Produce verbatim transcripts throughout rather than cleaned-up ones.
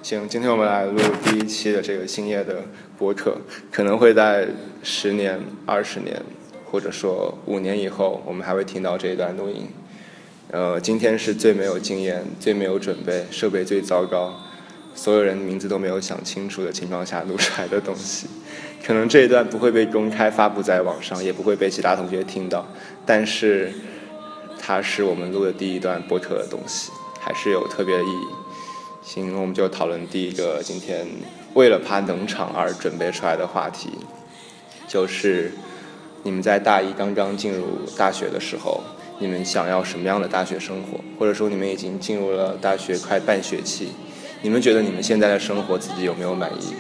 行，今天我们来录第一期的这个星夜的播客，可能会在十年、二十年，或者说五年以后，我们还会听到这一段录音。呃，今天是最没有经验、最没有准备、设备最糟糕，所有人名字都没有想清楚的情况下录出来的东西。可能这一段不会被公开发布在网上，也不会被其他同学听到，但是它是我们录的第一段播客的东西，还是有特别的意义。行，我们就讨论第一个今天为了怕冷场而准备出来的话题，就是你们在大一刚刚进入大学的时候，你们想要什么样的大学生活？或者说你们已经进入了大学快半学期，你们觉得你们现在的生活自己有没有满意？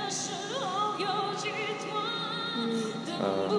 嗯，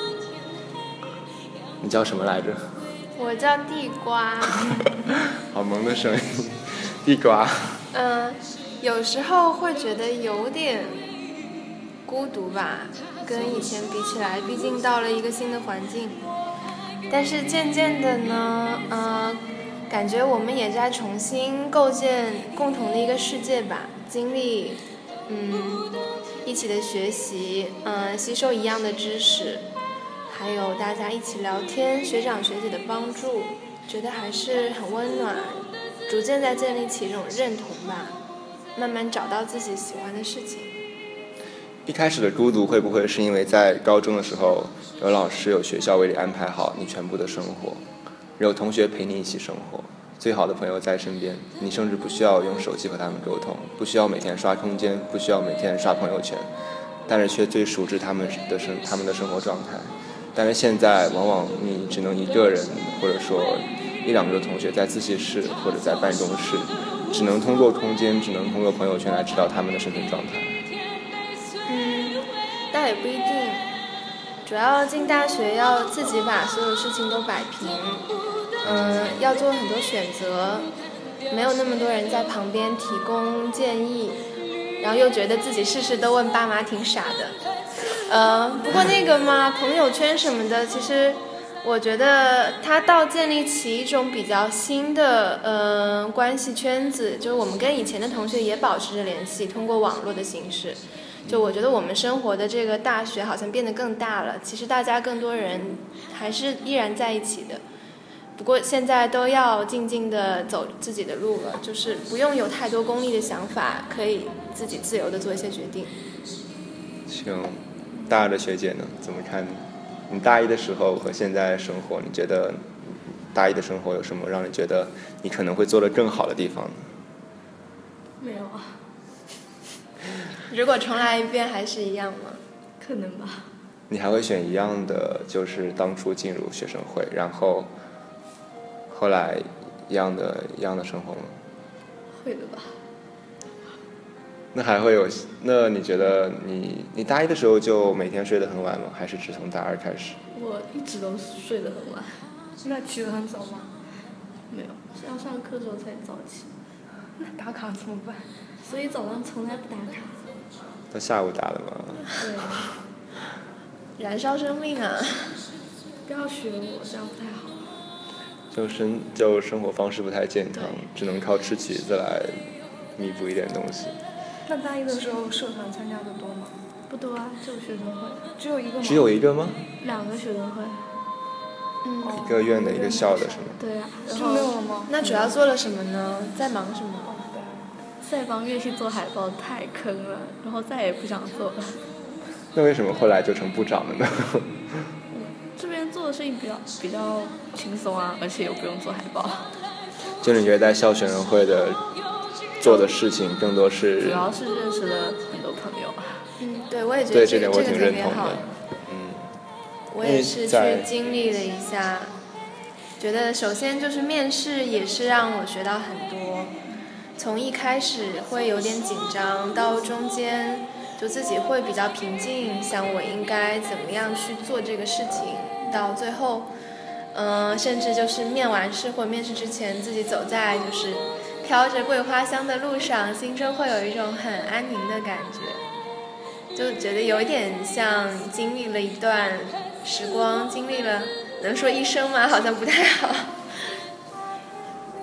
你叫什么来着？ 我叫地瓜。 好萌的声音，地瓜。 嗯、呃，有时候会觉得有点孤独吧，跟以前比起来，毕竟到了一个新的环境。但是渐渐的呢，呃，感觉我们也在重新构建共同的一个世界吧，经历，嗯，一起的学习，嗯、呃，吸收一样的知识，还有大家一起聊天，学长学姐的帮助，觉得还是很温暖，逐渐在建立起一种认同吧，慢慢找到自己喜欢的事情。 一开始的孤独会不会是因为在高中的时候有老师有学校为你安排好你全部的生活，有同学陪你一起生活，最好的朋友在身边，你甚至不需要用手机和他们沟通，不需要每天刷空间，不需要每天刷朋友圈，但是却最熟知他们的生他们的生活状态。但是现在往往你只能一个人，或者说一两个同学在自习室或者在办公室，只能通过空间，只能通过朋友圈来知道他们的生存状态。 嗯，倒也不一定，主要进大学要自己把所有事情都摆平，嗯，要做很多选择，没有那么多人在旁边提供建议，然后又觉得自己事事都问爸妈挺傻的。呃，不过那个嘛，朋友圈什么的，其实我觉得它倒建立起一种比较新的呃关系圈子，就是我们跟以前的同学也保持着联系，通过网络的形式。就我觉得我们生活的这个大学好像变得更大了，其实大家更多人还是依然在一起的，不过现在都要静静的走自己的路了，就是不用有太多功利的想法，可以自己自由的做一些决定。 行，大二的学姐呢，怎么看你大一的时候和现在的生活？你觉得大一的生活有什么让你觉得你可能会做得更好的地方呢？ 没有啊。 如果重来一遍还是一样吗？ 可能吧。 你还会选一样的，就是当初进入学生会，然后后来一样的一样的生活吗？ 会的吧。 那还会有？那你觉得你你大一的时候就每天睡得很晚吗？还是只从大二开始？ 我一直都睡得很晚。 那起得很早吗？ 没有，是要上课的时候才早起。 那打卡怎么办？ 所以早上从来不打卡。 到下午打的吗？ 对。 燃烧生命啊！ 不要学我，这样不太好。 就生就生活方式不太健康，只能靠吃橘子来弥补一点东西。 那大一的时候社团参加的多吗？ 不多啊，就学生会。 只有一个吗？ 只有一个吗？ 两个学生会。 嗯， 一个院的，一个校的是吗？ 对啊。 就没有了吗？ 那主要做了什么呢？在忙什么？ 在帮乐器做海报，太坑了，然后再也不想做了。 那为什么后来就成部长了呢？ 这边做的事情比较比较轻松啊，而且又不用做海报。 就你觉得在校学生会的做的事情更多是？ 主要是认识了很多朋友。 嗯，对，我也觉得对这点我挺认同的。 嗯，我也是去经历了一下，觉得首先就是面试也是让我学到很多。从一开始会有点紧张，到中间就自己会比较平静，想我应该怎么样去做这个事情，到最后，嗯、呃，甚至就是面完试或面试之前，自己走在就是飘着桂花香的路上，心中会有一种很安宁的感觉，就觉得有一点像经历了一段时光，经历了能说一生吗？好像不太好。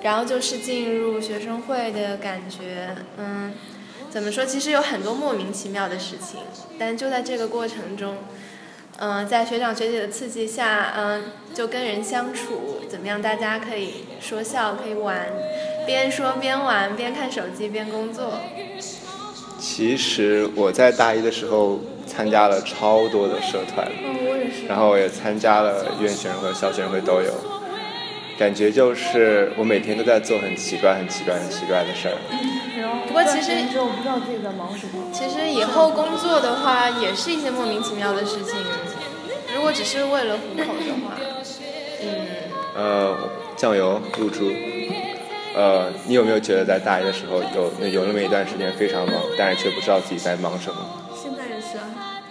然后就是进入学生会的感觉，嗯，怎么说？其实有很多莫名其妙的事情，但就在这个过程中，嗯，在学长学姐的刺激下，嗯，就跟人相处怎么样？大家可以说笑，可以玩，边说边玩，边看手机边工作。 其实我在大一的时候参加了超多的社团， 嗯，我也是。 然后我也参加了院学生会、校学生会都有，感觉就是我每天都在做很奇怪、很奇怪、很奇怪的事儿。 不过其实之后不知道自己在忙什么。 其实以后工作的话，也是一些莫名其妙的事情。如果只是为了糊口的话，嗯。 呃，酱油、露珠。呃，你有没有觉得在大一的时候有有那么一段时间非常忙，但是却不知道自己在忙什么？ 现在也是啊。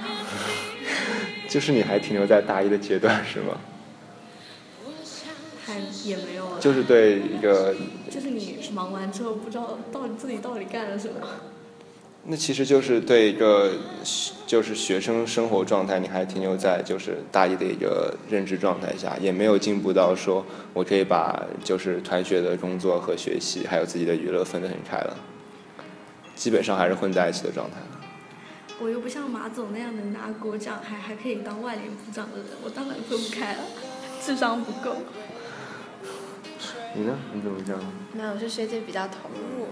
就是你还停留在大一的阶段是吗？ 还也没有了。 就是对一个。 就是你忙完之后不知道到底自己到底干了什么。 那其实就是对一个就是学生生活状态，你还停留在就是大一的一个认知状态下，也没有进步到说我可以把就是团学的工作和学习还有自己的娱乐分得很开了，基本上还是混在一起的状态。 我又不像马总那样能拿国奖，还还可以当外联部长的人，我当然分不开了，智商不够。 你呢？你怎么讲？ 没有，是学姐比较投入。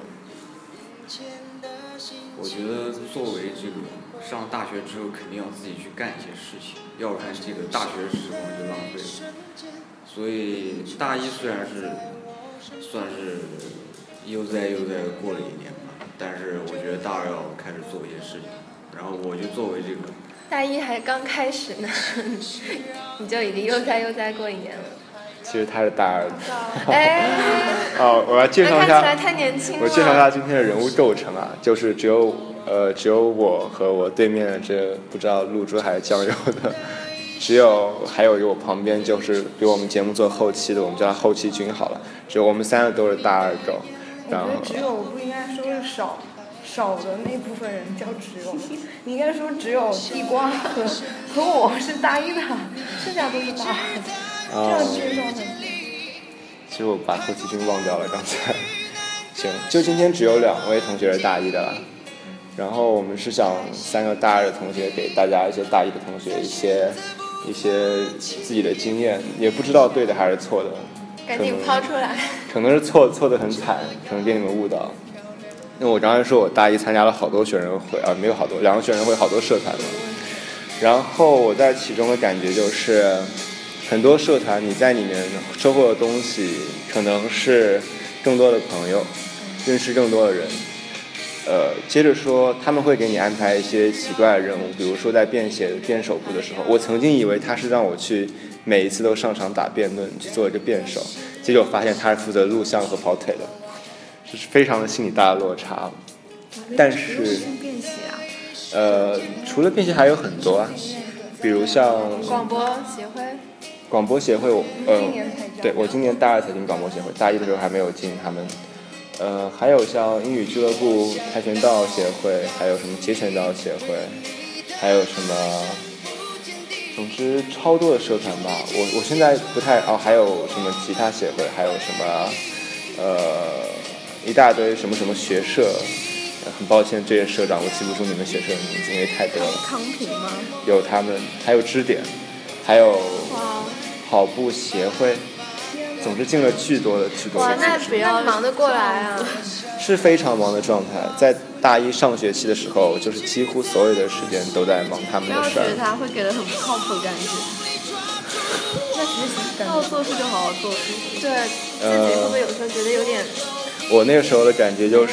我觉得作为这个上大学之后，肯定要自己去干一些事情，要不然这个大学时光就浪费了。所以大一虽然是算是悠哉悠哉过了一年吧，但是我觉得大二要开始做一些事情。然后我就作为这个大一还刚开始呢，你就已经悠哉悠哉过一年了。 其实他是大二的。 哎。 哦，我要介绍一下。 看起来太年轻了。 我介绍一下今天的人物构成啊，就是只有呃只有我和我对面的这不知道露珠还是酱油的，只有还有一个我旁边就是给我们节目做后期的，我们叫他后期君好了。只有我们三个都是大二狗。然后。 我觉得只有不应该说是少少的那部分人叫只有，你应该说只有地瓜和和我是大一的，剩下都是大二的。这样介绍的。 其实我把后期君忘掉了刚才。行，就今天只有两位同学是大一的了，然后我们是想三个大二的同学给大家一些大一的同学一些一些自己的经验，也不知道对的还是错的。 赶紧抛出来。 可能是错错的很惨，可能给你们误导。那我刚才说我大一参加了好多学生会啊，没有好多，两个学生会好多社团嘛。然后我在其中的感觉就是。很多社团你在里面收获的东西可能是更多的朋友，认识更多的人。呃，接着说他们会给你安排一些奇怪的任务，比如说在辩写辩手部的时候，我曾经以为他是让我去每一次都上场打辩论，去做一个辩手，结果发现他是负责录像和跑腿的，就是非常的心理大的落差。但是呃，除了辩写还有很多啊，比如像广播协会。 广播协会，我呃，对我今年大二才进广播协会，大一的时候还没有进他们。呃，还有像英语俱乐部、跆拳道协会，还有什么截拳道协会，还有什么，总之超多的社团吧。我我现在不太哦，还有什么吉他协会，还有什么呃一大堆什么什么学社。很抱歉，这些社长我记不住你们学社的名字，因为太多了。 康平吗？ 有他们，还有支点，还有。跑步协会，总之进了巨多的巨多的。 哇，那不要忙得过来啊！ 是非常忙的状态，在大一上学期的时候，就是几乎所有的时间都在忙他们的事儿。 不要觉得他会给人很不靠谱的感觉。 那学习要做事就好好做事。 对，自己会不会有时候觉得有点？ 我那个时候的感觉就是，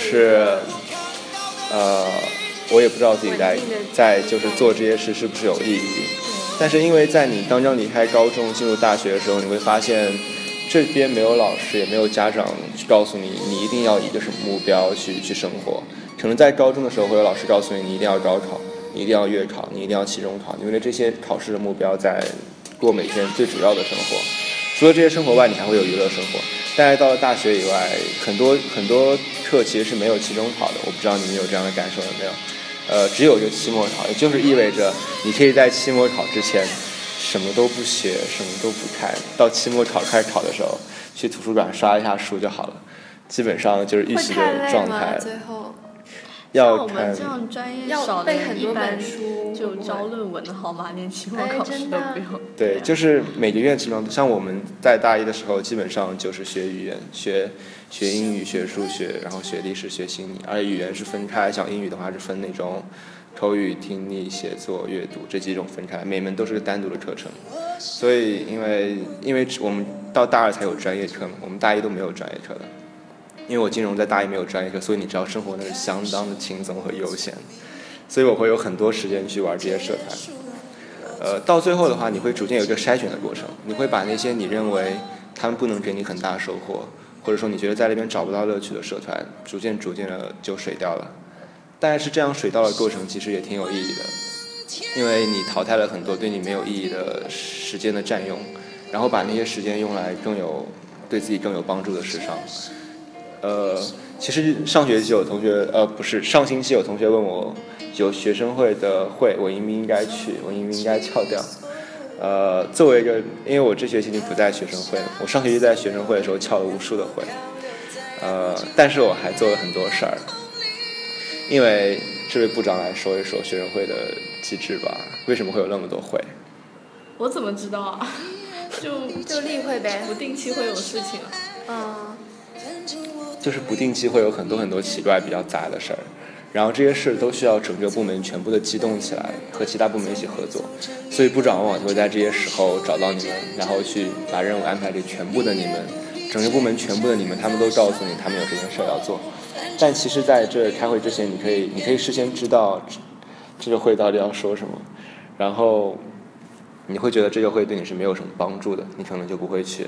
呃，我也不知道自己在在就是做这些事是不是有意义。但是因为在你刚刚离开高中进入大学的时候，你会发现这边没有老师也没有家长去告诉你你一定要以一个什么目标去去生活。可能在高中的时候会有老师告诉你你一定要高考，你一定要月考，你一定要期中考，你为了这些考试的目标在过每天最主要的生活。除了这些生活外，你还会有娱乐生活。但是到了大学以外，很多很多课其实是没有期中考的，我不知道你们有这样的感受有没有。呃，只有一个期末考，也就是意味着你可以在期末考之前什么都不学，什么都不看，到期末考开始考的时候去图书馆刷一下书就好了，基本上就是预习的状态。 最后要像我们这样专业要少的人， 背很多一般本书， 就招论文的好吗？连期末考试都不用。 对，就是每个月基本上，像我们在大一的时候，基本上就是学语言，学学英语、学数学，然后学历史、学心理，而且语言是分开，像英语的话是分那种口语、听力、写作、阅读这几种分开，每门都是个单独的课程。所以，因为因为我们到大二才有专业课嘛，我们大一都没有专业课的。因为我金融在大一没有专业课，所以你知道生活那是相当的轻松和悠闲，所以我会有很多时间去玩这些社团。呃，到最后的话，你会逐渐有一个筛选的过程，你会把那些你认为他们不能给你很大收获，或者说你觉得在那边找不到乐趣的社团，逐渐逐渐的就水掉了。但是这样水掉的过程其实也挺有意义的，因为你淘汰了很多对你没有意义的时间的占用，然后把那些时间用来更有对自己更有帮助的事上。呃，其实上学期有同学，呃，不是上星期有同学问我，有学生会的会，我应不应该去？我应不应该翘掉？呃，作为一个，因为我这学期已经不在学生会了，我上学期在学生会的时候翘了无数的会，呃，但是我还做了很多事儿。因为这位部长来说一说学生会的机制吧，为什么会有那么多会？ 我怎么知道啊？就就例会呗， 不定期会有事情啊。 嗯。 就是不定期会有很多很多奇怪比较杂的事儿，然后这些事都需要整个部门全部的机动起来，和其他部门一起合作，所以部长往往就会在这些时候找到你们，然后去把任务安排给全部的你们，整个部门全部的你们，他们都告诉你他们有这件事要做。但其实在这开会之前，你可以你可以事先知道这个会到底要说什么，然后你会觉得这个会对你是没有什么帮助的，你可能就不会去。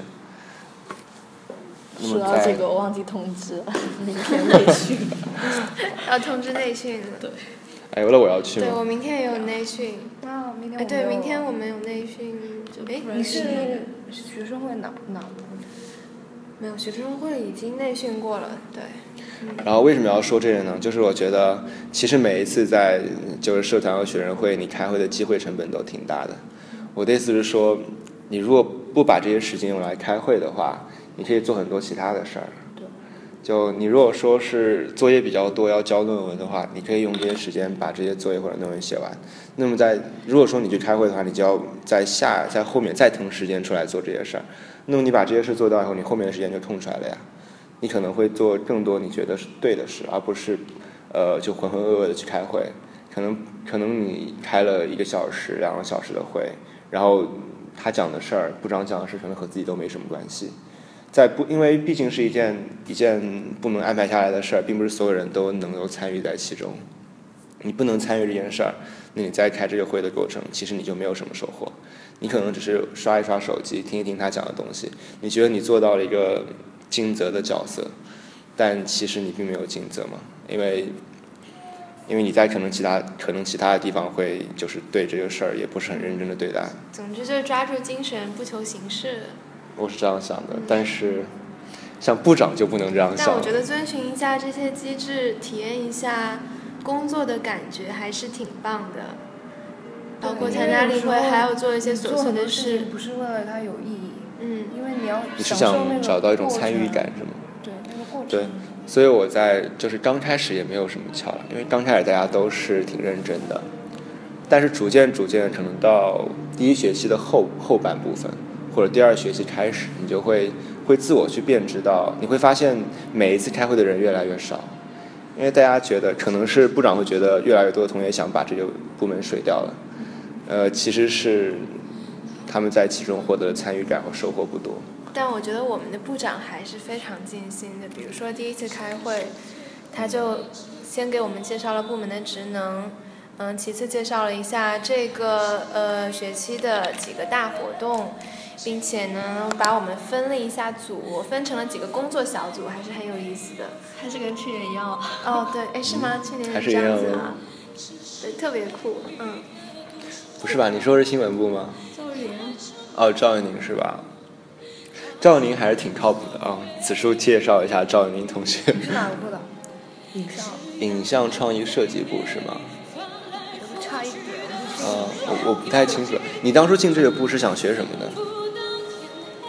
说到这个，我忘记通知了，明天内训。 要通知内训了。 对。 哎，那我要去吗？ 对，我明天也有内训。 啊，明天我哎，对，明天我们有内训。哎， 你是学生会哪哪部？ 没有，学生会已经内训过了，对。 然后为什么要说这个呢？就是我觉得，其实每一次在就是社团和学生会，你开会的机会成本都挺大的。我的意思是说，你如果不把这些时间用来开会的话，你可以做很多其他的事儿。就你如果说是作业比较多要交论文的话，你可以用这些时间把这些作业或者论文写完。那么在如果说你去开会的话，你就要在下在后面再腾时间出来做这些事儿。那么你把这些事做到以后，你后面的时间就空出来了呀。你可能会做更多你觉得是对的事，而不是呃就浑浑噩噩的去开会。可能可能你开了一个小时两个小时的会，然后他讲的事儿部长讲的事可能和自己都没什么关系。在不，因为毕竟是一件一件部门安排下来的事儿，并不是所有人都能够参与在其中。你不能参与这件事儿，那你在开这个会的过程，其实你就没有什么收获。你可能只是刷一刷手机，听一听他讲的东西，你觉得你做到了一个尽责的角色，但其实你并没有尽责嘛，因为因为你在可能其他可能其他的地方会就是对这个事儿也不是很认真的对待。 总之就是抓住精神，不求形式。 我是这样想的，但是像部长就不能这样想。 但我觉得遵循一下这些机制，体验一下工作的感觉还是挺棒的。包括参加例会，还有做一些琐碎的事， 不是为了它有意义。 嗯， 因为你要你是想找到一种参与感是吗？ 对，那个过程。 对，所以我在就是刚开始也没有什么巧了，因为刚开始大家都是挺认真的，但是逐渐逐渐可能到第一学期的后后半部分。或者第二学期开始，你就会会自我去辨识到，你会发现每一次开会的人越来越少，因为大家觉得可能是部长会觉得越来越多的同学想把这个部门水掉了，呃，其实是他们在其中获得的参与感和收获不多。 但我觉得我们的部长还是非常尽心的，比如说第一次开会，他就先给我们介绍了部门的职能。嗯，其次介绍了一下这个呃学期的几个大活动，并且呢把我们分了一下组，分成了几个工作小组，还是很有意思的。 还是跟去年一样。 哦，对，哎，是吗？去年还是这样子啊？对，特别酷，嗯。 不是吧？你说是新闻部吗？ 赵云。 哦，赵云宁是吧？赵云宁还是挺靠谱的啊、哦。此处介绍一下赵云宁同学。 你是哪个部的？影像。 影像创意设计部是吗？ 差一点。 呃，我我不太清楚。你当初进这个部是想学什么的？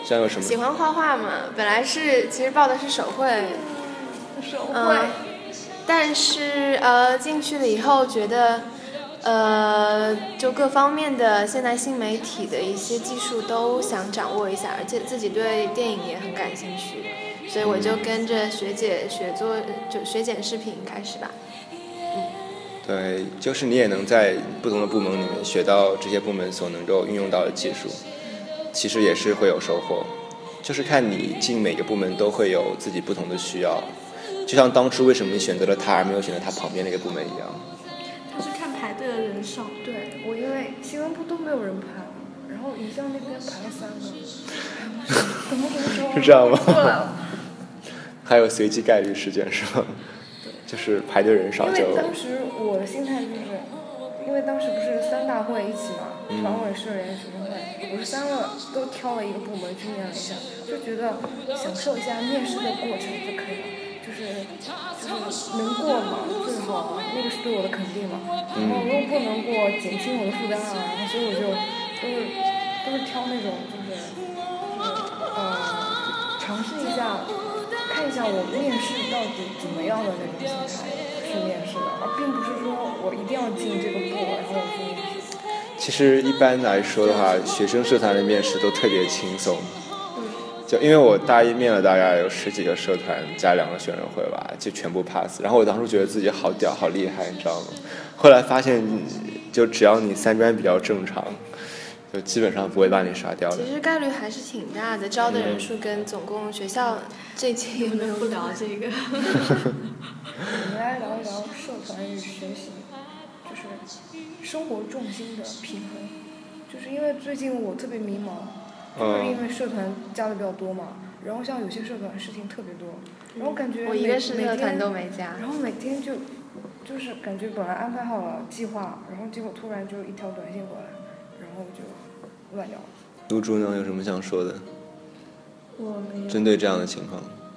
像有什么？ 喜欢画画嘛，本来是其实报的是手绘， 手绘、 嗯，但是呃进去了以后觉得，呃就各方面的现代新媒体的一些技术都想掌握一下，而且自己对电影也很感兴趣，所以我就跟着学姐学做，就学剪视频开始吧。 对，就是你也能在不同的部门里面学到这些部门所能够运用到的技术，其实也是会有收获。就是看你进每个部门都会有自己不同的需要，就像当初为什么你选择了他而没有选择他旁边那个部门一样。 他是看排队的人少， 对，我因为新闻部都没有人排，然后影像那边排了三个，怎么怎么说？ 是这样吗？ 过来了。 还有随机概率事件是吧？就是排队人少就。 因为当时我的心态就是，因为当时不是三大会一起嘛，团委、社联、学生会，我是三个都挑了一个部门去面了一下，就觉得享受一下面试的过程就可以了，就是就是能过嘛最好，那个是对我的肯定嘛。然后如果不能过，减轻我的负担啊，然后所以我就都是都是挑那种就是就是呃尝试一下。看一下我面试到底怎么样的那种心态去面试的，而并不是说我一定要进这个部，然后我去面试。 其实一般来说的话，学生社团的面试都特别轻松。就因为我大一面了大概有十几个社团加两个学生会吧，就全部 pass。然后我当初觉得自己好屌好厉害，你知道吗？后来发现，就只要你三专比较正常。就基本上不会把你刷掉的。 其实概率还是挺大的，招的人数跟总共学校这期也没有不聊这个。 我们来聊一聊社团与学习，就是生活重心的平衡。就是因为最近我特别迷茫，就是因为社团加的比较多嘛，然后像有些社团事情特别多，然后感觉我一个社团都没加， 然后每天就就是感觉本来安排好了计划，然后结果突然就一条短信过来，然后就。乱聊。 卢竹呢有什么想说的？ 我没有。 针对这样的情况，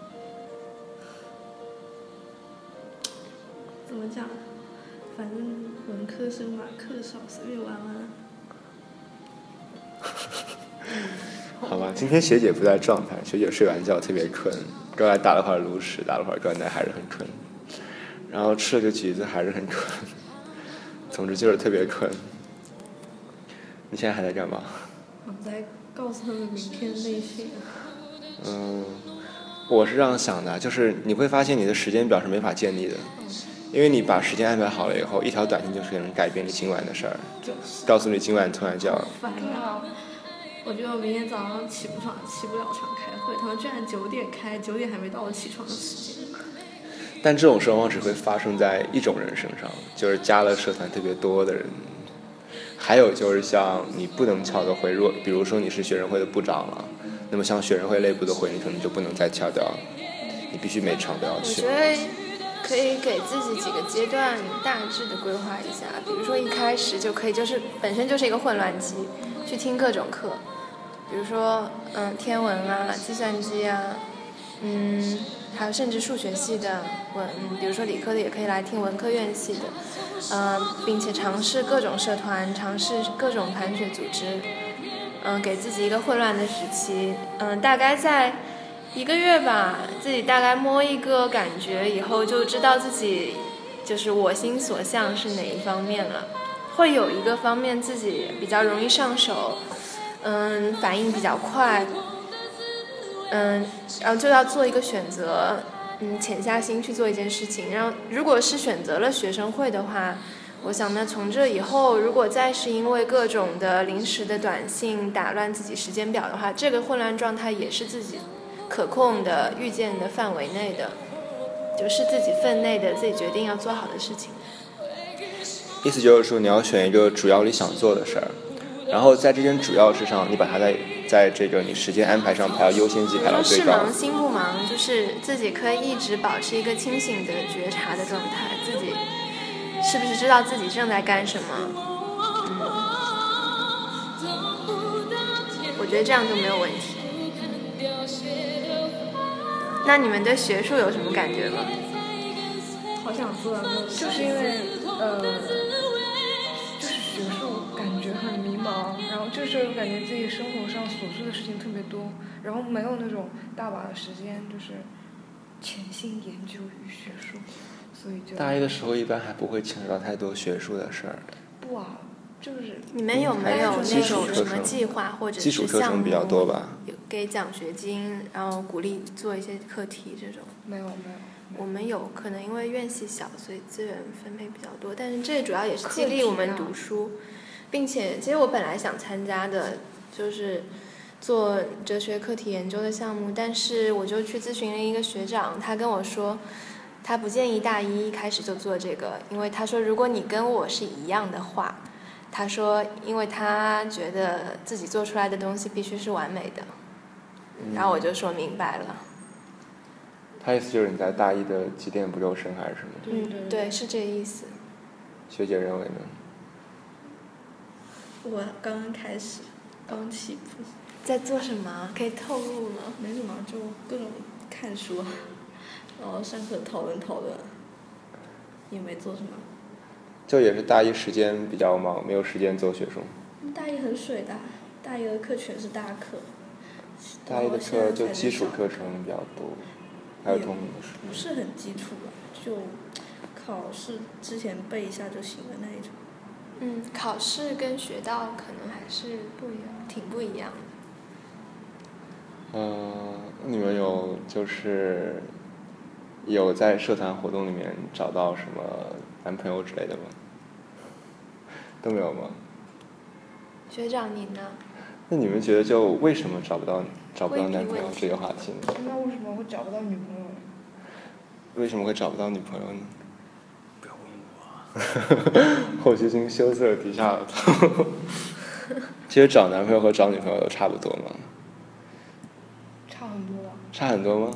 怎么讲？反正文科生嘛，课少，随便玩玩。 好吧，今天学姐不在状态，学姐睡完觉特别困，刚才打了会儿炉石，打了会儿砖，但还是很困，然后吃了个橘子还是很困，总之就是特别困。你现在还在干嘛？ 我在告诉他们明天内训。 嗯，我是这样想的，就是你会发现你的时间表是没法建立的，因为你把时间安排好了以后，一条短信就是能改变你今晚的事儿，告诉你今晚突然就要。 烦啊！我觉得我明天早上起不床，起不了床开会，他们居然九点开，九点还没到我起床的时间。 但这种状况只会发生在一种人身上，就是加了社团特别多的人。还有就是像你不能翘的会，若比如说你是学生会的部长了，那么像学生会内部的会，你可能就不能再翘掉，你必须每场都要去。 我觉得可以给自己几个阶段大致的规划一下，比如说一开始就可以就是本身就是一个混乱期，去听各种课，比如说嗯天文啊、计算机啊，嗯还有甚至数学系的文，嗯比如说理科的也可以来听文科院系的。嗯、呃，并且尝试各种社团，尝试各种团学组织，嗯、呃，给自己一个混乱的时期，嗯、呃，大概在一个月吧，自己大概摸一个感觉以后，就知道自己就是我心所向是哪一方面了，会有一个方面自己比较容易上手，嗯，反应比较快，嗯，然后就要做一个选择。嗯，潜下心去做一件事情，然后如果是选择了学生会的话，我想呢，从这以后，如果再是因为各种的临时的短信打乱自己时间表的话，这个混乱状态也是自己可控的、预见的范围内的，就是自己分内的、自己决定要做好的事情。 意思就是说，你要选一个主要你想做的事儿，然后在这件主要之上，你把它在在这个你时间安排上排到优先级排到最高。 是忙心不忙，就是自己可以一直保持一个清醒的觉察的状态，自己是不是知道自己正在干什么？嗯，我觉得这样就没有问题。那你们对学术有什么感觉吗？ 好想做啊， 就是因为呃，就是学术感感觉很迷茫，然后这时候感觉自己生活上琐碎的事情特别多，然后没有那种大把的时间就是潜心研究与学术，所以就大一的时候一般还不会牵扯到太多学术的事儿。 不啊，就是你们有没有那种什么计划或者是项目比较多吧？ 有给奖学金，然后鼓励做一些课题这种？ 没有没有。 我们有可能因为院系小，所以资源分配比较多，但是这主要也是激励我们读书，并且其实我本来想参加的就是做哲学课题研究的项目，但是我就去咨询了一个学长，他跟我说他不建议大一一开始就做这个，因为他说如果你跟我是一样的话，他说因为他觉得自己做出来的东西必须是完美的，然后我就说明白了。 他意思就是你在大一的积淀不够深还是什么？ 嗯，对，是这个意思。 学姐认为呢？ 我刚刚开始，刚起步。 在做什么？可以透露吗？ 没什么，就各种看书，然后上课讨论讨论。也没做什么。 就也是大一时间比较忙，没有时间做学术。 大一很水的，大一的课全是大课。 大一的课就基础课程比较多。还有通不是很基础吧，就考试之前背一下就行了那一种。 嗯，考试跟学到可能还是不一样，挺不一样的。嗯、呃，你们有就是有在社团活动里面找到什么男朋友之类的吗？都没有吗？ 学长你呢？ 那你们觉得就为什么找不到找不到男朋友这个话题呢？ 那为什么会找不到女朋友呢？ 为什么会找不到女朋友呢？不要问我。后期经羞涩低下了头。其实找男朋友和找女朋友都差不多嘛。 差很多吧。 差很多吗？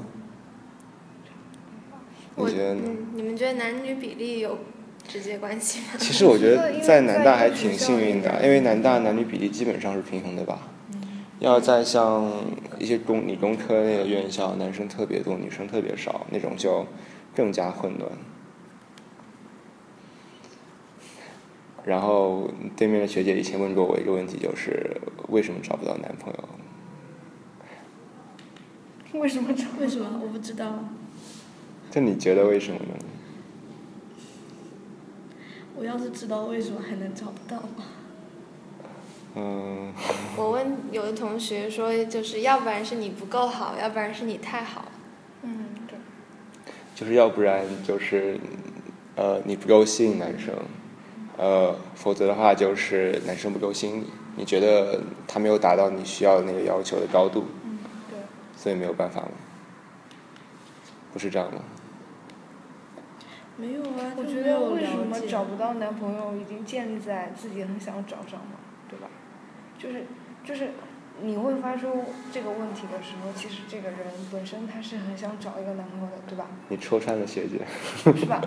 你觉得呢？ 嗯，你们觉得男女比例有直接关系吗？ 其实我觉得在南大还挺幸运的，因为南大男女比例基本上是平衡的吧。要在像一些工理工科类的院校，男生特别多，女生特别少，那种就更加混乱。然后对面的学姐以前问过我一个问题，就是为什么找不到男朋友？ 为什么找？ 为什么？我不知道。 就你觉得为什么呢？ 我要是知道为什么还能找不到吗？ 嗯。 我问有的同学说，就是要不然是你不够好，要不然是你太好。 嗯，对。 就是要不然就是呃你不够吸引男生，呃否则的话就是男生不够吸引你，你觉得他没有达到你需要的那个要求的高度。 嗯，对。 所以没有办法吗？不是这样吗？ 没有啊， 我觉得为什么找不到男朋友已经建立在自己很想找上嘛，对吧？就是就是你会发出这个问题的时候，其实这个人本身他是很想找一个男朋友的，对吧？ 你戳穿了学姐。 是吧？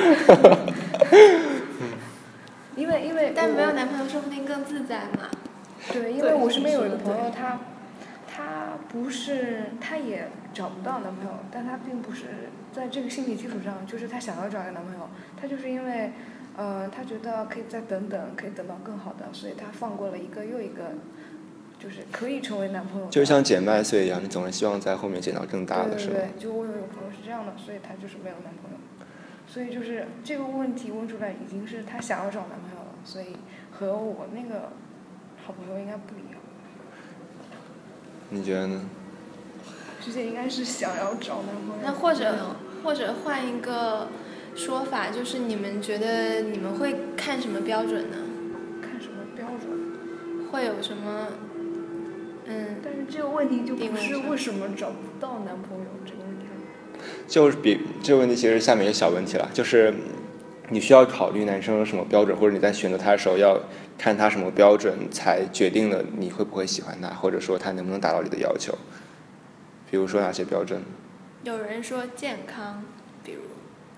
因为因为但没有男朋友说不定更自在嘛。 对，因为我身边有一个朋友，他他不是他也找不到男朋友，但他并不是在这个心理基础上，就是他想要找一个男朋友，他就是因为呃他觉得可以再等等，可以等到更好的，所以他放过了一个又一个就是可以成为男朋友的。 就像捡麦穗一样，你总是希望在后面捡到更大的，是吧？ 对对对，就我有一个朋友是这样的，所以他就是没有男朋友，所以就是这个问题问出来已经是他想要找男朋友了，所以和我那个好朋友应该不一样。 你觉得呢？ 之前应该是想要找男朋友。 那或者或者换一个说法，就是你们觉得你们会看什么标准呢？ 看什么标准？ 会有什么？嗯。 但是这个问题就不是为什么找不到男朋友这个问题。 就是比这个问题其实下面一个小问题了，就是你需要考虑男生有什么标准，或者你在选择他的时候要看他什么标准，才决定了你会不会喜欢他，或者说他能不能达到你的要求。比如说哪些标准？ 有人说健康，比如。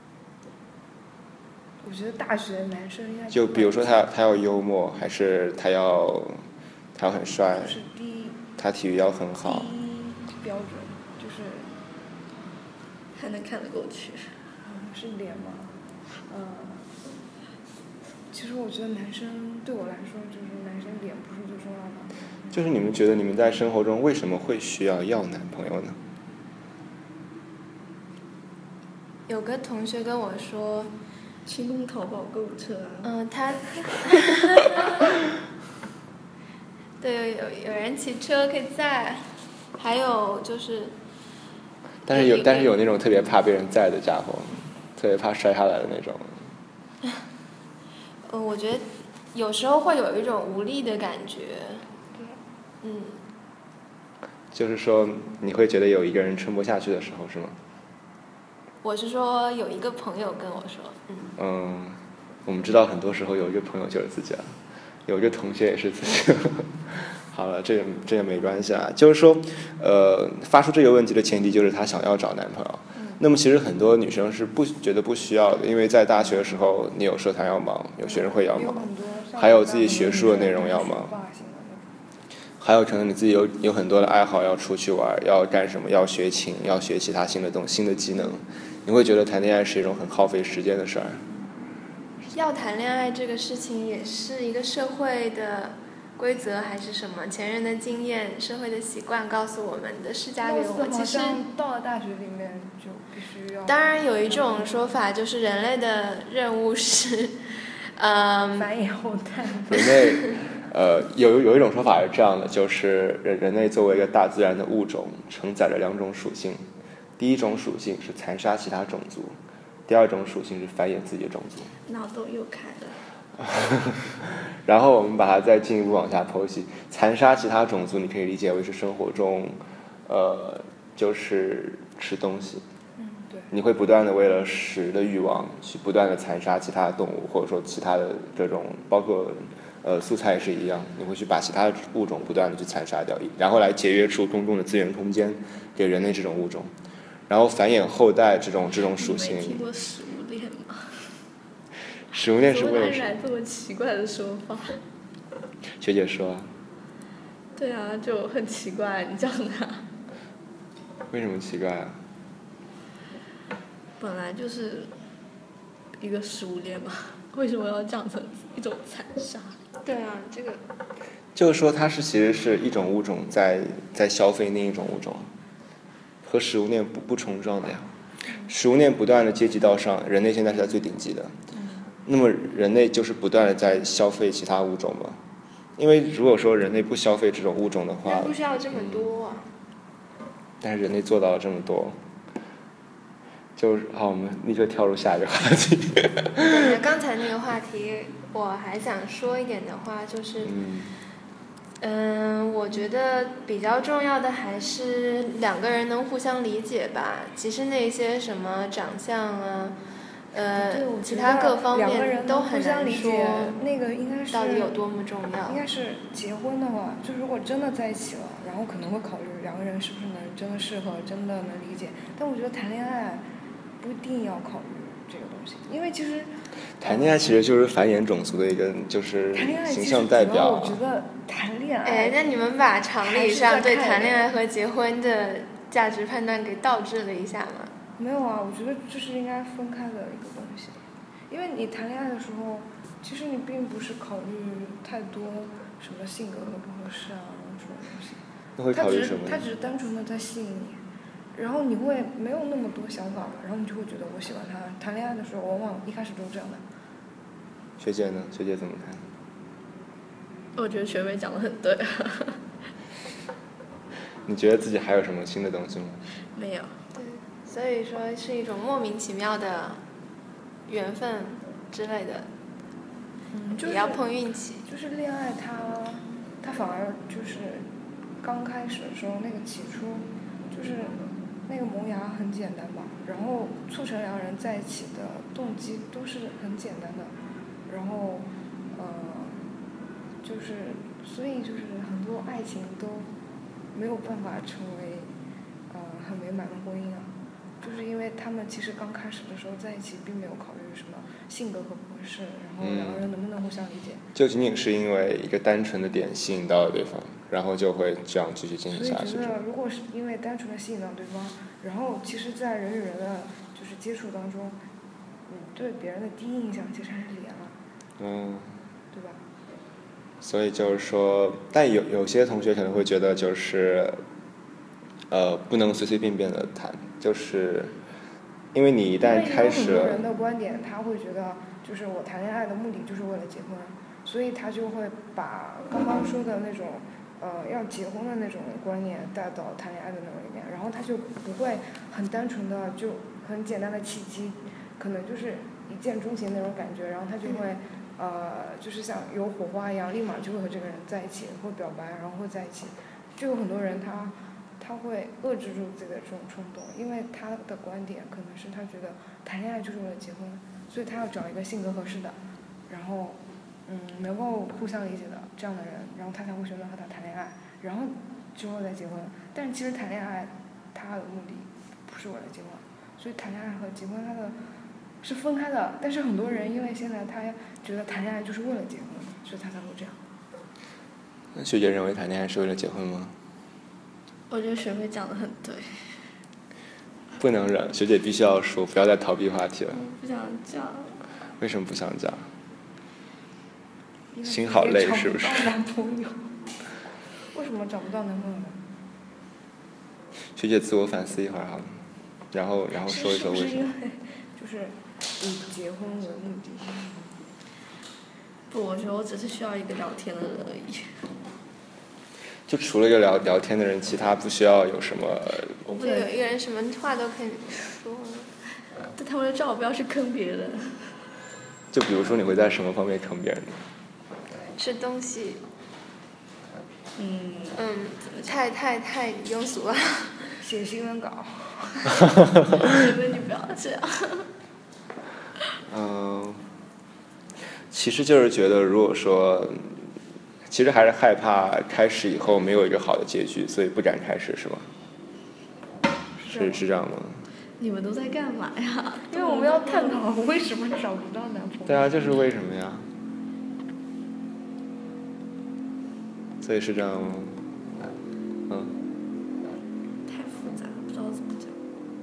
我觉得大学男生应该就比如说他他要幽默，还是他要他要很帅？ 就是第一。 他体育要很好。 第一标准就是还能看得过去。 嗯，是脸吗？嗯。 其实我觉得男生对我来说，就是男生脸不是最重要的。 就是你们觉得你们在生活中为什么会需要要男朋友呢？ 有个同学跟我说， 提供淘宝购物车啊。 嗯，他，对，有有有人骑车可以载，还有就是， 但是有但是有那种特别怕被人载的家伙，特别怕摔下来的那种。 嗯，我觉得有时候会有一种无力的感觉。嗯。 就是说，你会觉得有一个人撑不下去的时候，是吗？ 我是说有一个朋友跟我说，嗯。 嗯，我们知道很多时候有一个朋友就是自己了，有一个同学也是自己。好了，这个这个没关系啊。就是说，呃，发出这个问题的前提就是他想要找男朋友。嗯。那么其实很多女生是不觉得不需要的，因为在大学的时候，你有社团要忙，有学生会要忙，还有自己学术的内容要忙。还有可能你自己有有很多的爱好要出去玩，要干什么，要学琴，要学其他新的东新的技能，你会觉得谈恋爱是一种很耗费时间的事儿。 要谈恋爱这个事情也是一个社会的规则还是什么？前人的经验、社会的习惯告诉我们的，施加给我们。其实到了大学里面就必须要。 当然有一种说法就是人类的任务是，嗯。 繁衍后代。 人类。呃，有有一种说法是这样的，就是人人类作为一个大自然的物种，承载着两种属性。第一种属性是残杀其他种族，第二种属性是繁衍自己的种族。 脑洞又开了。 然后我们把它再进一步往下剖析，残杀其他种族，你可以理解为是生活中，呃，就是吃东西。 嗯，对。 你会不断的为了食的欲望，去不断的残杀其他的动物，或者说其他的这种，包括。呃，素菜也是一样，你会去把其他物种不断的去残杀掉，然后来节约出公共的资源空间给人类这种物种，然后繁衍后代这种这种属性。 你没听过食物链吗？ 食物链是为了什么？ 怎么这么奇怪的说法？ 学姐说。 对啊，就很奇怪，你讲他。 为什么奇怪啊？ 本来就是一个食物链嘛，为什么要讲成一种残杀？ 对啊，这个就是说它是其实是一种物种在在消费另一种物种，和食物链不不冲撞的呀。食物链不断的阶级到上，人类现在是在最顶级的，那么人类就是不断的在消费其他物种嘛。因为如果说人类不消费这种物种的话， 人不需要这么多啊。 但是人类做到了这么多。就是好，我们立刻跳入下一个话题。 刚才那个话题，我还想说一点的话，就是，嗯，嗯，我觉得比较重要的还是两个人能互相理解吧。其实那些什么长相啊，呃，其他各方面都很难说。 那个应该是到底有多么重要？ 应该是结婚的话，就如果真的在一起了，然后可能会考虑两个人是不是能真的适合，真的能理解。但我觉得谈恋爱。不一定要考虑这个东西，因为其实谈恋爱其实就是繁衍种族的一个就是形象代表。 我觉得谈恋爱， 哎，那你们把常理上对谈恋爱和结婚的价值判断给倒置了一下吗？ 没有啊，我觉得这是应该分开的一个东西，因为你谈恋爱的时候，其实你并不是考虑太多什么性格合不合适啊这种东西。 那会考虑什么？ 他只是单纯的在吸引你。然后你会没有那么多想法，然后你就会觉得我喜欢他。谈恋爱的时候，往往一开始都是这样的。 学姐呢？学姐怎么看？ 我觉得学妹讲得很对。 你觉得自己还有什么新的东西吗？ 没有。 对，所以说是一种莫名其妙的缘分之类的。 嗯，就是也要碰运气。 就是恋爱它，它反而就是刚开始的时候那个起初就是。那个萌芽很简单吧，然后促成两人在一起的动机都是很简单的，然后，呃，就是，所以就是很多爱情都没有办法成为，呃，很美满的婚姻啊，就是因为他们其实刚开始的时候在一起，并没有考虑什么性格合不合适，然后两个人能不能互相理解。 嗯、就仅仅是因为一个单纯的点吸引到了对方。然后就会这样继续进行下去。 所以觉得，如果是因为单纯的吸引到对方，然后其实，在人与人的就是接触当中，你对别人的第一印象其实还是脸了， 嗯， 对吧？ 所以就是说，但有有些同学可能会觉得就是，呃，不能随随便便的谈，就是因为你一旦开始， 因为有很多人的观点，他会觉得就是我谈恋爱的目的就是为了结婚，所以他就会把刚刚说的那种呃要结婚的那种观念带到谈恋爱的那种里面，然后他就不会很单纯的就很简单的契机，可能就是一见钟情那种感觉，然后他就会呃就是像有火花一样，立马就会和这个人在一起，会表白，然后会在一起，就有很多人他。他会遏制住自己的这种冲动，因为他的观点可能是他觉得谈恋爱就是为了结婚，所以他要找一个性格合适的，然后嗯能够互相理解的这样的人，然后他才会选择和他谈恋爱，然后之后再结婚。但是其实谈恋爱他的目的不是为了结婚，所以谈恋爱和结婚它的是分开的。但是很多人因为现在他觉得谈恋爱就是为了结婚，所以他才会这样。 那学姐认为谈恋爱是为了结婚吗？ 我觉得学妹讲得很对。 不能忍，学姐必须要说，不要再逃避话题了。 我不想讲。 为什么不想讲？心好累是不是？ 找不到男朋友。为什么找不到男朋友呢？ 学姐自我反思一会儿好了，然后然后说一说为什么。 是因为就是以结婚为目的。 不，我觉得我只是需要一个聊天的人而已。 就除了一个聊聊天的人，其他不需要有什么。 我不能有一个人什么话都可以说。 但他们的照标是坑别人。 就比如说，你会在什么方面坑别人？ 吃东西。 嗯。 嗯，太太太庸俗了。 写新闻稿。 学妹，你不要这样。 嗯，其实就是觉得，如果说。其实还是害怕开始以后没有一个好的结局，所以不敢开始，是吗？是是这样吗？ 你们都在干嘛呀？ 因为我们要探讨为什么找不到男朋友。 对啊，就是为什么呀？所以是这样吗？嗯。 太复杂了，不知道怎么讲。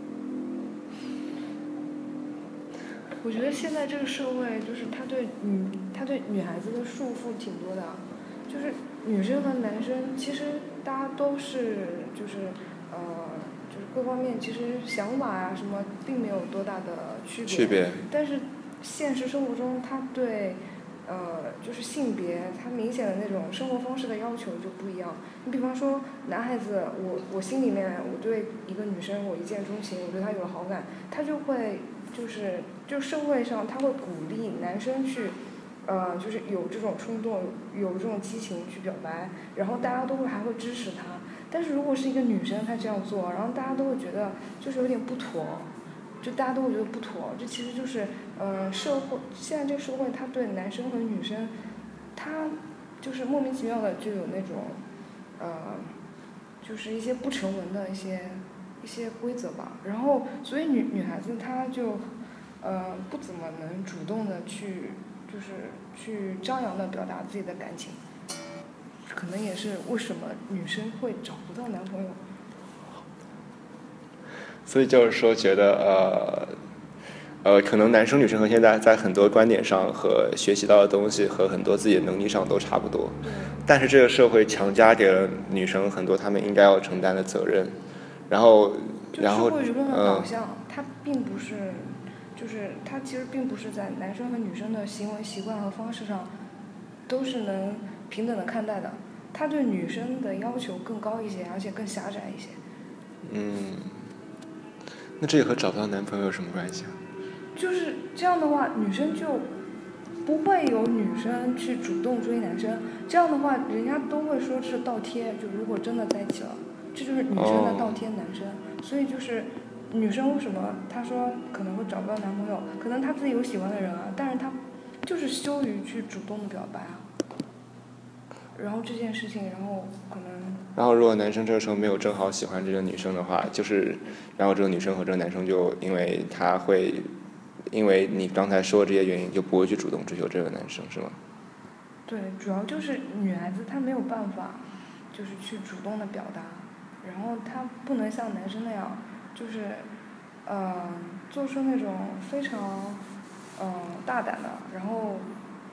我觉得现在这个社会，就是他对女，他对女孩子的束缚挺多的。就是女生和男生，其实大家都是就是呃，就是各方面其实想法啊什么，并没有多大的区别。 区别。 但是现实生活中，他对呃就是性别，他明显的那种生活方式的要求就不一样。你比方说，男孩子，我我心里面我对一个女生我一见钟情，我对她有了好感，他就会就是就社会上他会鼓励男生去。呃，就是有这种冲动，有这种激情去表白，然后大家都会还会支持他。但是如果是一个女生她这样做，然后大家都会觉得就是有点不妥，就大家都会觉得不妥。这其实就是，呃，社会现在这个社会，他对男生和女生，他就是莫名其妙的就有那种，呃，就是一些不成文的一些一些规则吧。然后，所以女女孩子她就，呃，不怎么能主动的去。就是去张扬的表达自己的感情，可能也是为什么女生会找不到男朋友。 所以就是说，觉得呃呃，可能男生女生和现在在很多观点上和学习到的东西和很多自己的能力上都差不多，但是这个社会强加给了女生很多她们应该要承担的责任，然后然后社会舆论的导向，它并不是。就是它其实并不是在男生和女生的行为习惯和方式上都是能平等的看待的，他对女生的要求更高一些，而且更狭窄一些。 嗯，那这和找不到男朋友有什么关系啊？ 就是这样的话，女生就不会有女生去主动追男生，这样的话人家都会说是倒贴，就如果真的在一起了，这就是女生的倒贴男生，哦、所以就是。女生为什么她说可能会找不到男朋友？可能她自己有喜欢的人啊，但是她就是羞于去主动的表白啊。然后这件事情，然后可能。 然后如果男生这个时候没有正好喜欢这个女生的话，就是，然后这个女生和这个男生就因为他会，因为你刚才说的这些原因，就不会去主动追求这个男生，是吗？ 对，主要就是女孩子她没有办法，就是去主动的表达，然后她不能像男生那样。就是，呃，做出那种非常，呃，大胆的，然后，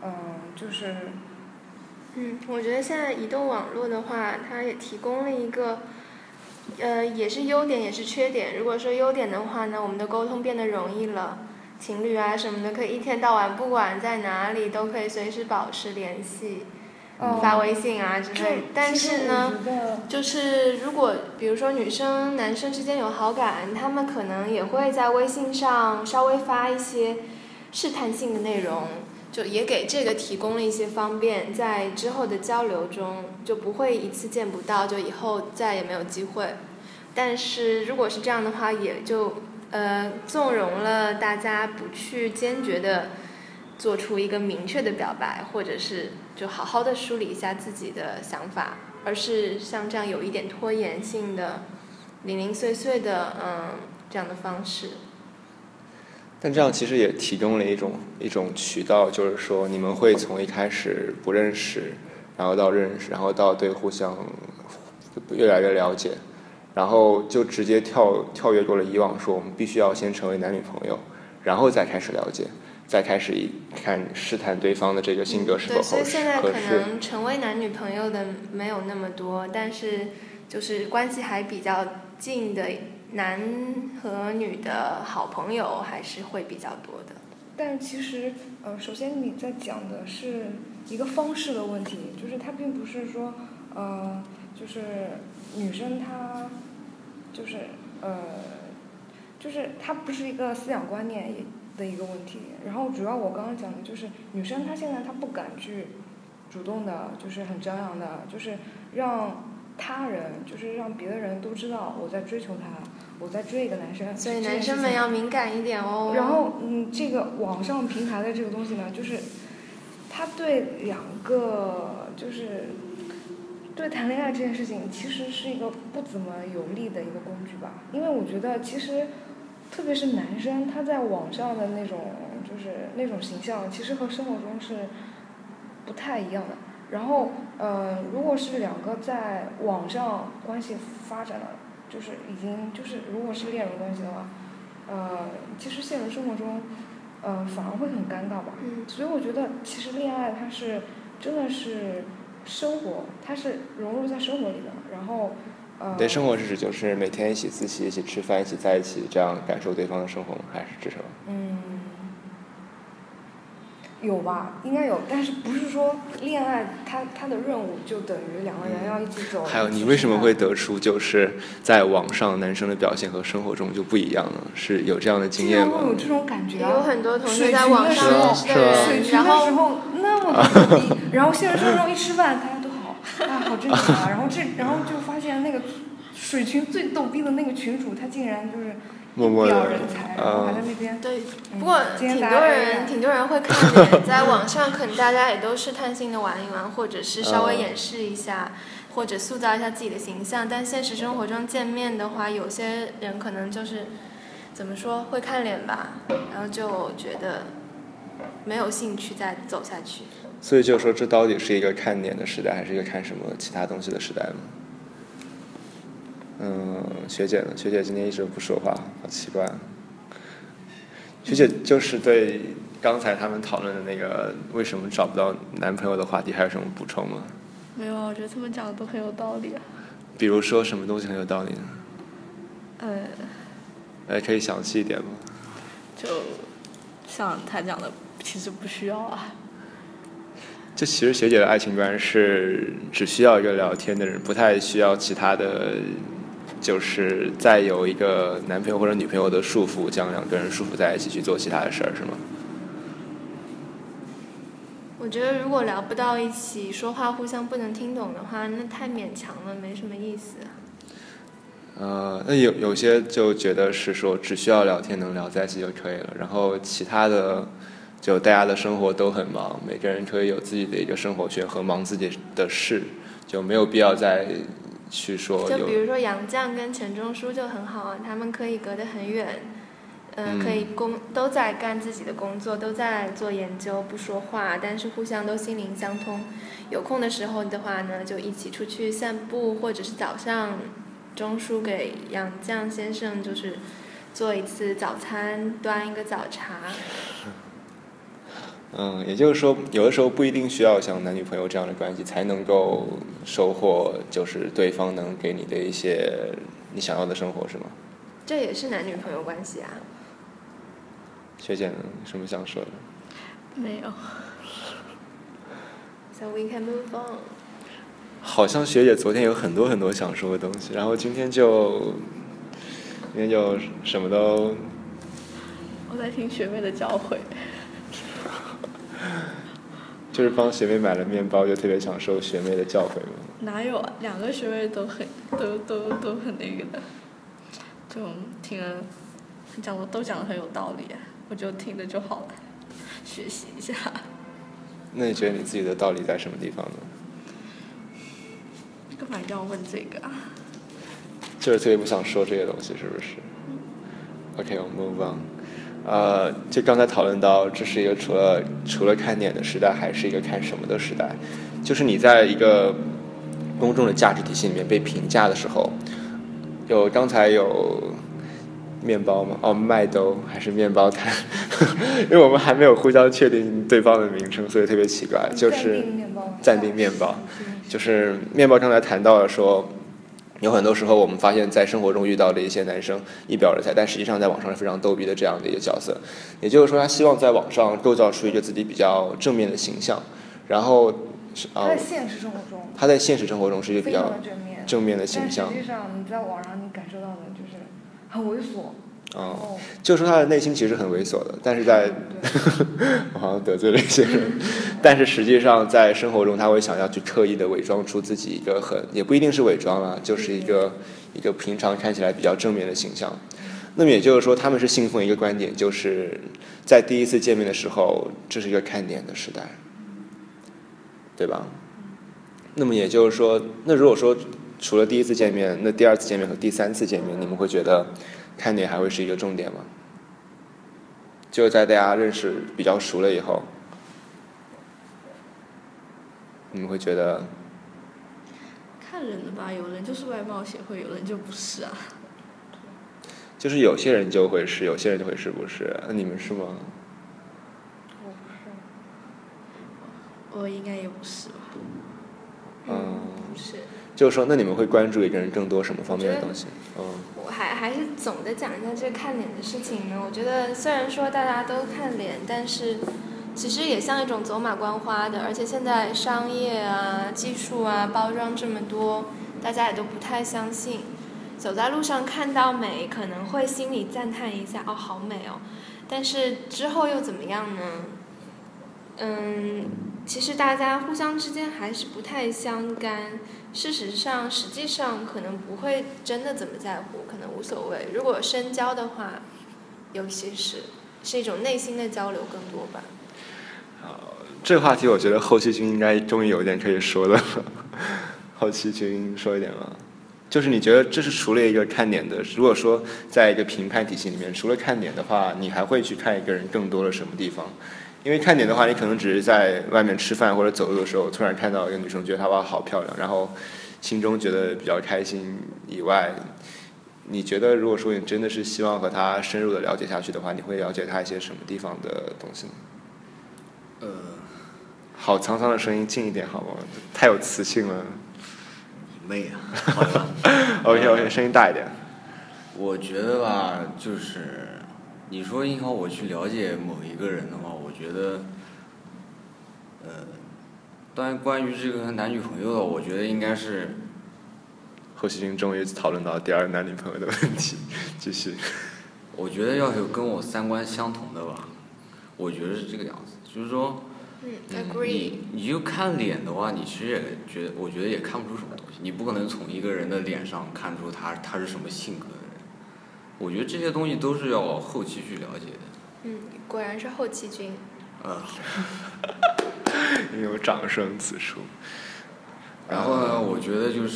嗯，就是。 嗯，我觉得现在移动网络的话，它也提供了一个，呃，也是优点也是缺点。如果说优点的话呢，我们的沟通变得容易了，情侣啊什么的可以一天到晚不管在哪里都可以随时保持联系， 嗯、 发微信啊之类。但是呢，就是如果比如说女生男生之间有好感，他们可能也会在微信上稍微发一些试探性的内容。就也给这个提供了一些方便，在之后的交流中就不会一次见不到，就以后再也没有机会。但是如果是这样的话，也就呃纵容了大家不去坚决的做出一个明确的表白，或者是就好好的梳理一下自己的想法，而是像这样有一点拖延性的、零零碎碎的嗯这样的方式。 但这样其实也提供了一种一种渠道，就是说你们会从一开始不认识，然后到认识，然后到对互相越来越了解，然后就直接跳跳跃过了以往说我们必须要先成为男女朋友，然后再开始了解，再开始一看试探对方的这个性格是否合适。 对，所以现在可能成为男女朋友的没有那么多，但是就是关系还比较近的男和女的好朋友还是会比较多的。 但其实呃，首先你在讲的是一个方式的问题，就是它并不是说呃，就是女生她就是呃，就是它不是一个思想观念的一个问题。然后主要我刚刚讲的就是女生她现在她不敢去主动的，就是很张扬的，就是让他人，就是让别的人都知道我在追求他，我在追一个男生。 所以男生们要敏感一点哦。 然后嗯，这个网上平台的这个东西呢，就是他对两个就是对谈恋爱这件事情其实是一个不怎么有利的一个工具吧。因为我觉得其实特别是男生他在网上的那种就是那种形象，其实和生活中是不太一样的。然后呃，如果是两个在网上关系发展了，就是已经就是如果是恋人关系的话，呃，其实现实生活中呃反而会很尴尬吧。 嗯。 所以我觉得其实恋爱它是真的是生活，它是融入在生活里的。然后呃。 对，生活是指就是每天一起自习、一起吃饭、一起在一起，这样感受对方的生活，还是指什么？ 嗯。有吧，应该有，但是不是说恋爱它它的任务就等于两个人要一起走。 还有你为什么会得出就是在网上男生的表现和生活中就不一样呢？是有这样的经验吗？ 我有这种感觉啊。 有很多同学在网上认识的人， 然后时候那么多逼，然后现实生活中一吃饭大家都好啊好正常啊，然后这然后就发现那个水群最逗逼的那个群主他竟然就是默默的， 人才，然后还在那边。 对，不过挺多人，挺多人会看脸，在网上可能大家也都试探性的玩一玩，或者是稍微掩饰一下，或者塑造一下自己的形象。但现实生活中见面的话，有些人可能就是怎么说会看脸吧，然后就觉得没有兴趣再走下去。 所以就说这到底是一个看脸的时代，还是一个看什么其他东西的时代呢？嗯，学姐呢？学姐今天一直不说话，好奇怪。学姐就是对刚才他们讨论的那个为什么找不到男朋友的话题，还有什么补充吗？ 没有，我觉得他们讲的都很有道理啊。 比如说什么东西很有道理呢？ 呃。 呃，可以详细一点吗？ 就像他讲的，其实不需要啊。 就其实学姐的爱情观是只需要一个聊天的人，不太需要其他的。就是再有一个男朋友或者女朋友的束缚，将两个人束缚在一起去做其他的事儿，是吗？ 我觉得如果聊不到一起，说话互相不能听懂的话，那太勉强了，没什么意思。 呃，那有有些就觉得是说只需要聊天能聊在一起就可以了，然后其他的就大家的生活都很忙，每个人可以有自己的一个生活圈和忙自己的事，就没有必要再。去说就比如说杨绛跟钱钟书就很好啊，他们可以隔得很远，呃、嗯，可以工都在干自己的工作，都在做研究，不说话，但是互相都心灵相通。有空的时候的话呢，就一起出去散步，或者是早上钟书给杨绛先生就是做一次早餐，端一个早茶。 嗯，也就是说，有的时候不一定需要像男女朋友这样的关系才能够收获，就是对方能给你的一些你想要的生活，是吗？ 这也是男女朋友关系啊。 学姐呢，有什么想说的？ 没有。 So we can move on。 好像学姐昨天有很多很多想说的东西，然后今天就，今天就什么都。 我在听学妹的教诲。 就是帮学妹买了面包，就特别想受学妹的教诲吗？ 哪有啊，两个学妹都很都都都很那个的，就听了讲的都讲的很有道理，我就听着就好了，学习一下。 那你觉得你自己的道理在什么地方呢？ 干嘛一定要问这个啊？ 就是特别不想说这些东西，是不是 ？OK， 我们 move on。呃，就刚才讨论到，这是一个除了除了看脸的时代，还是一个看什么的时代。就是你在一个公众的价值体系里面被评价的时候，有刚才有面包吗？哦，麦兜还是面包摊？因为我们还没有互相确定对方的名称，所以特别奇怪。就是暂定面包，就是面包刚才谈到了说。有很多时候我们发现在生活中遇到的一些男生一表人才，但实际上在网上是非常逗逼的这样的一个角色。也就是说他希望在网上构造出一个自己比较正面的形象，然后、 呃、他在现实生活中他在现实生活中是一个比较正面的形象， 但实际上你在网上你感受到的就是很猥琐。 哦，就是说他的内心其实很猥琐的，但是在我好像得罪了一些人，但是实际上在生活中他会想要去刻意的伪装出自己一个很，也不一定是伪装啦，就是一个一个平常看起来比较正面的形象。那么也就是说他们是信奉一个观点，就是在第一次见面的时候这是一个看脸的时代，对吧？那么也就是说，那如果说除了第一次见面，那第二次见面和第三次见面你们会觉得看脸还会是一个重点吗？就在大家认识比较熟了以后，你们会觉得看人的吧，有人就是外貌协会，有人就不是啊。 就是有些人就会是，有些人就会是不是？那你们是吗？ 我不是。 我应该也不是吧。 嗯， 不是。 就是说，那你们会关注一个人更多什么方面的东西？嗯。 我还还是总的讲一下这个看脸的事情呢。我觉得虽然说大家都看脸，但是其实也像一种走马观花的，而且现在商业啊、技术啊、包装这么多，大家也都不太相信。走在路上看到美，可能会心里赞叹一下，哦，好美哦。但是之后又怎么样呢？嗯，其实大家互相之间还是不太相干。事实上，实际上可能不会真的怎么在乎，可能无所谓。如果深交的话，尤其是是一种内心的交流更多吧。 好，这个话题我觉得后期君应该终于有一点可以说的了。后期君说一点吗？就是你觉得这是除了一个看脸的，如果说在一个评判体系里面，除了看脸的话，你还会去看一个人更多的什么地方？因为看脸的话，你可能只是在外面吃饭或者走路的时候，突然看到一个女生，觉得她哇好漂亮，然后心中觉得比较开心以外，你觉得如果说你真的是希望和她深入的了解下去的话，你会了解她一些什么地方的东西呢？ 呃， 好沧桑的声音，近一点好吗？太有磁性了。 妹啊，好吧。 OK OK， 声音大一点。 我觉得吧，就是你说硬要我去了解某一个人的话，我觉得，呃，当然关于这个男女朋友的，我觉得应该是。 后期君终于讨论到第二男女朋友的问题，继续。 我觉得要有跟我三观相同的吧，我觉得是这个样子，就是说。 嗯 ，agree。 你你就看脸的话，你其实也觉得，我觉得也看不出什么东西。你不可能从一个人的脸上看出他他是什么性格的人。我觉得这些东西都是要后期去了解的。 嗯，果然是后期君。 嗯。 有掌声此处。 然后呢，我觉得就是，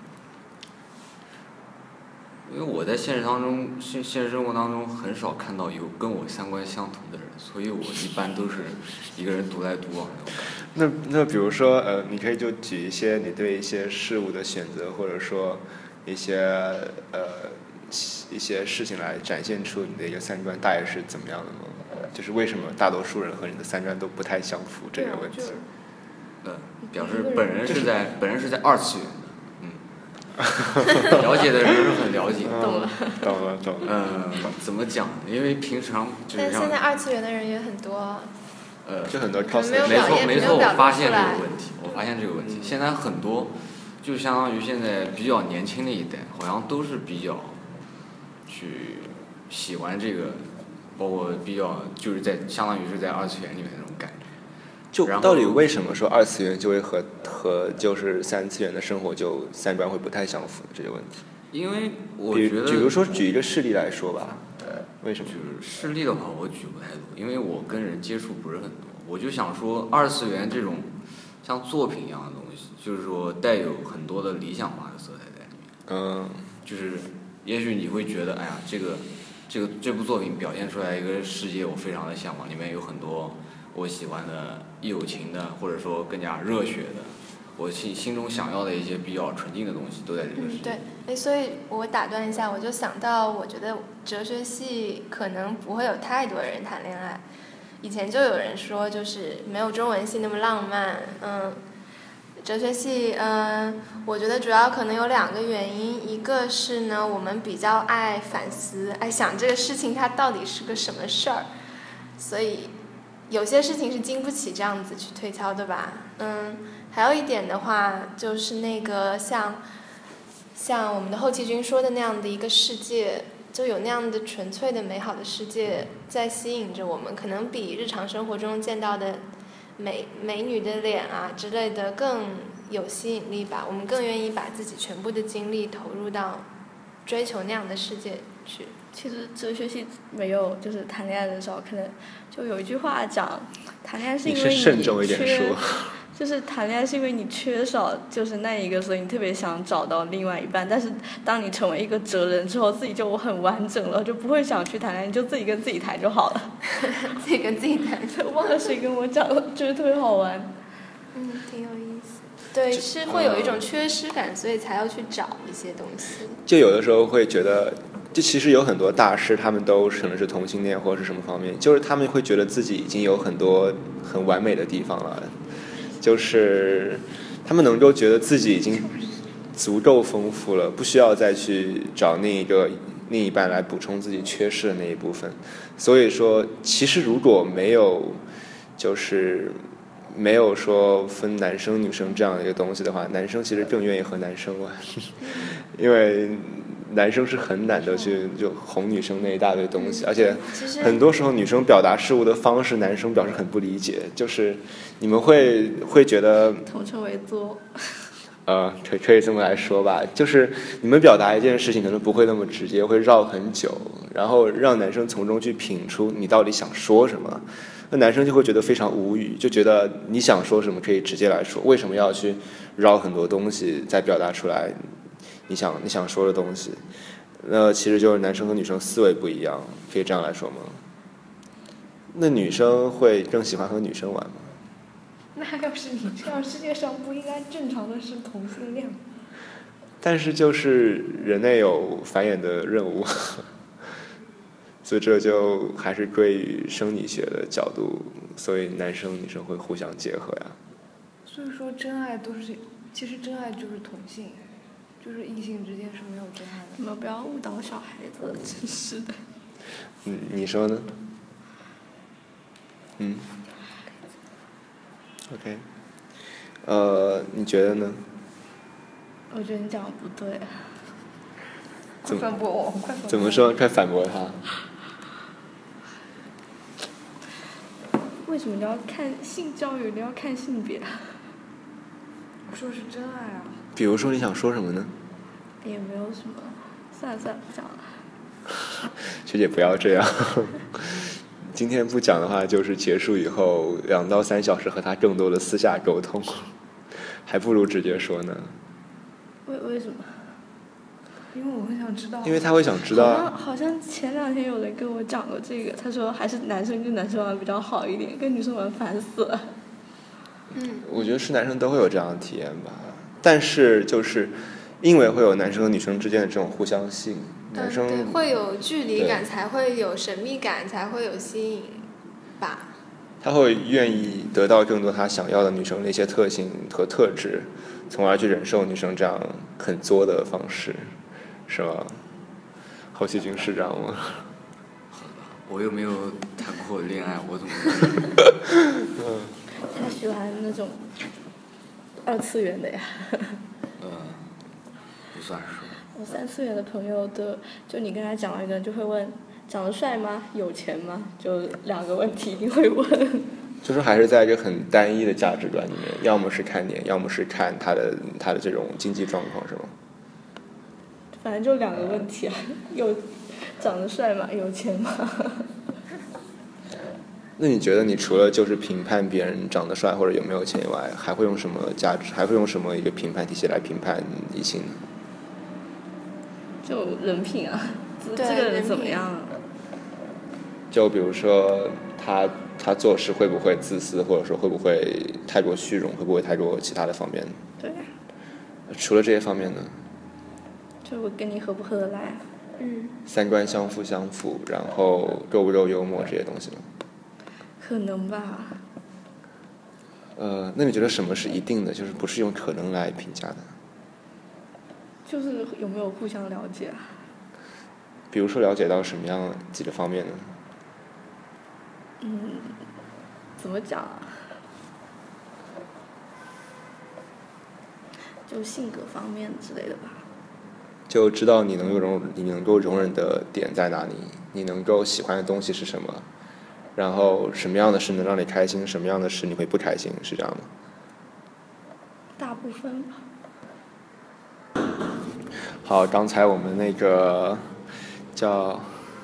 因为我在现实当中，现现实生活当中很少看到有跟我三观相同的人，所以我一般都是一个人独来独往那种感觉。 那那比如说呃，你可以就举一些你对一些事物的选择，或者说一些呃一些事情来展现出你的一个三观大概是怎么样的吗？ 就是为什么大多数人和你的三观都不太相符这个问题。 呃，表示本人是在本人是在二次元的，嗯，了解的人是很了解。 懂了， 懂了，懂了。 嗯，怎么讲？因为平常就是但现在二次元的人也很多。 呃， 就很多 cos， 没有没错没错，我发现这来个问题，我发现这个问题，现在很多，就相当于现在比较年轻的一代，好像都是比较去喜欢这个，包括比较就是在相当于是在二次元里面那种感觉。 就到底为什么说二次元就会和和就是三次元的生活就三观会不太相符这些问题？ 因为我觉得， 比如说举一个事例来说吧，为什么？ 就是事例的话，我举不太多，因为我跟人接触不是很多。我就想说，二次元这种像作品一样的东西，就是说带有很多的理想化的色彩在里面。 嗯， 就是也许你会觉得，哎呀，这个这个这部作品表现出来一个世界，我非常的向往，里面有很多我喜欢的友情的，或者说更加热血的，我心心中想要的一些比较纯净的东西都在这个世界。 嗯，对，哎，所以我打断一下，我就想到，我觉得哲学系可能不会有太多人谈恋爱。以前就有人说，就是没有中文系那么浪漫，嗯，哲学系，嗯，我觉得主要可能有两个原因，一个是呢，我们比较爱反思，爱想这个事情它到底是个什么事儿，所以有些事情是经不起这样子去推敲，对吧？嗯，还有一点的话，就是那个像像我们的后期君说的那样的一个世界，就有那样的纯粹的美好的世界在吸引着我们，可能比日常生活中见到的美美女的脸啊之类的更有吸引力吧。我们更愿意把自己全部的精力投入到追求那样的世界去。 其实哲学系没有，就是谈恋爱的时候，可能就有一句话讲，谈恋爱是因为你慎重一点缺， 说， 就是谈恋爱是因为你缺少就是那一个，所以你特别想找到另外一半。但是当你成为一个哲人之后，自己就很完整了，就不会想去谈恋爱，你就自己跟自己谈就好了。 自己跟自己谈， 我忘了谁跟我讲了，觉得特别好玩。 嗯，挺有意思。对，是会有一种缺失感，所以才要去找一些东西。 就有的时候会觉得，就其实有很多大师，他们都可能是同性恋或者是什么方面，就是他们会觉得自己已经有很多很完美的地方了，就是他们能够觉得自己已经足够丰富了，不需要再去找另一个另一半来补充自己缺失的那一部分。所以说，其实如果没有就是没有说分男生女生这样的一个东西的话，男生其实更愿意和男生玩，因为男生是很懒得去就哄女生那一大堆东西，而且很多时候女生表达事物的方式，男生表示很不理解，就是你们会会觉得统称为作。 呃，可可以这么来说吧，就是你们表达一件事情可能不会那么直接，会绕很久，然后让男生从中去品出你到底想说什么。那男生就会觉得非常无语，就觉得你想说什么可以直接来说，为什么要去绕很多东西再表达出来你想你想说的东西？那其实就是男生和女生思维不一样，可以这样来说吗？那女生会更喜欢和女生玩吗？ 那要是你这样，世界上不应该正常的是同性恋吗？ 但是就是人类有繁衍的任务，所以这就还是归于生理学的角度，所以男生女生会互相结合呀。 所以说真爱都是，其实真爱就是同性，就是异性之间是没有真爱的。 你们不要误导小孩子，真是的。 嗯，你说呢？嗯 ，OK， 呃，你觉得呢？ 我觉得你讲的不对。 快反驳我！快反驳我！ 怎么说？快反驳他！ 为什么你要看性教育？你要看性别？ 我说的是真爱啊。 比如说你想说什么呢？ 也没有什么，算了算了，不讲了。 学姐不要这样，今天不讲的话，就是结束以后两到三小时和他更多的私下沟通，还不如直接说呢。 为为什么？ 因为我很想知道。 因为他会想知道。 好像好像前两天有人跟我讲过这个，他说还是男生跟男生玩比较好一点，跟女生玩烦死了。 嗯， 我觉得是男生都会有这样的体验吧，但是就是因为会有男生和女生之间的这种互相吸引，男生、 嗯、对，会有距离感，才会有神秘感，才会有吸引。 吧。 他会愿意得到更多他想要的女生的一些特性和特质，从而去忍受女生这样很作的方式，是吗？侯锡军是这样吗？ 我又没有谈过恋爱，我怎么知道？ 嗯，他喜欢那种二次元的呀。 嗯，不算是。 我三次元的朋友的，就你跟他讲了一个，就会问长得帅吗？有钱吗？就两个问题一定会问。 就是还是在一个很单一的价值观里面，要么是看脸，要么是看他的他的这种经济状况，是吗？ 反正就两个问题啊，有长得帅吗？有钱吗？ 那你觉得你除了就是评判别人长得帅或者有没有钱以外，还会用什么价值？还会用什么一个评判体系来评判异性呢？ 就人品啊，这个人怎么样啊？ 就比如说他他做事会不会自私，或者说会不会太过虚荣，会不会太过其他的方面？ 对。 除了这些方面呢？ 就我跟你合不合得来？ 嗯。 三观相符相符，然后够不够幽默这些东西呢？ 可能吧。 呃，那你觉得什么是一定的？就是不是用可能来评价的？ 就是有没有互相了解啊？ 比如说了解到什么样几个方面呢？ 嗯，怎么讲啊？就性格方面之类的吧。 就知道你能够容你能够容忍的点在哪里，你能够喜欢的东西是什么，然后什么样的事能让你开心，什么样的事你会不开心，是这样吗？ 大部分吧。 好，刚才我们那个叫